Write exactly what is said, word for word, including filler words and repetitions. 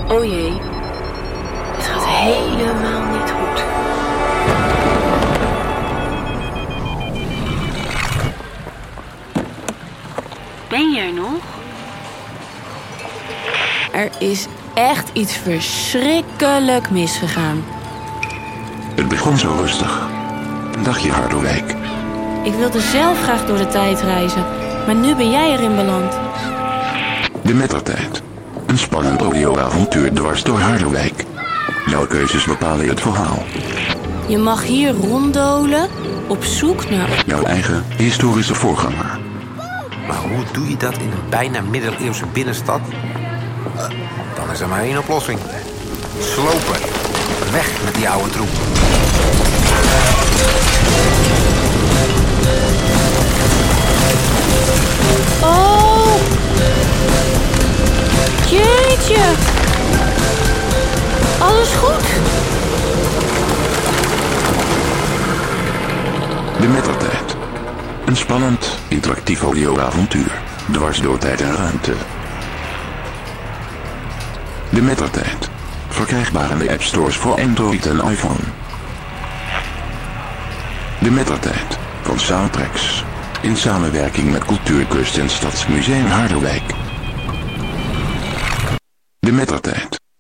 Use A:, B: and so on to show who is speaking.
A: Oh jee, het gaat helemaal niet goed. Ben je er nog? Er is echt iets verschrikkelijk misgegaan.
B: Het begon zo rustig. Dagje Harderwijk.
A: Ik wilde zelf graag door de tijd reizen, maar nu ben jij erin beland.
B: De Mettertijd. Een spannend audioavontuur dwars door Harderwijk. Jouw keuzes bepalen het verhaal.
A: Je mag hier ronddolen op zoek naar...
B: Jouw eigen historische voorganger.
C: Maar hoe doe je dat in een bijna middeleeuwse binnenstad? Uh, dan is er maar één oplossing. Slopen. Weg met die oude troep.
A: Oh! Jeetje! Alles goed?
B: De Mettertijd. Een spannend, interactief audioavontuur. Dwars door tijd en ruimte. De Mettertijd. Verkrijgbaar in de App Stores voor Android en iPhone. De Mettertijd. Van Soundtracks. In samenwerking met Cultuurkust en Stadsmuseum Harderwijk. De Mettertijd.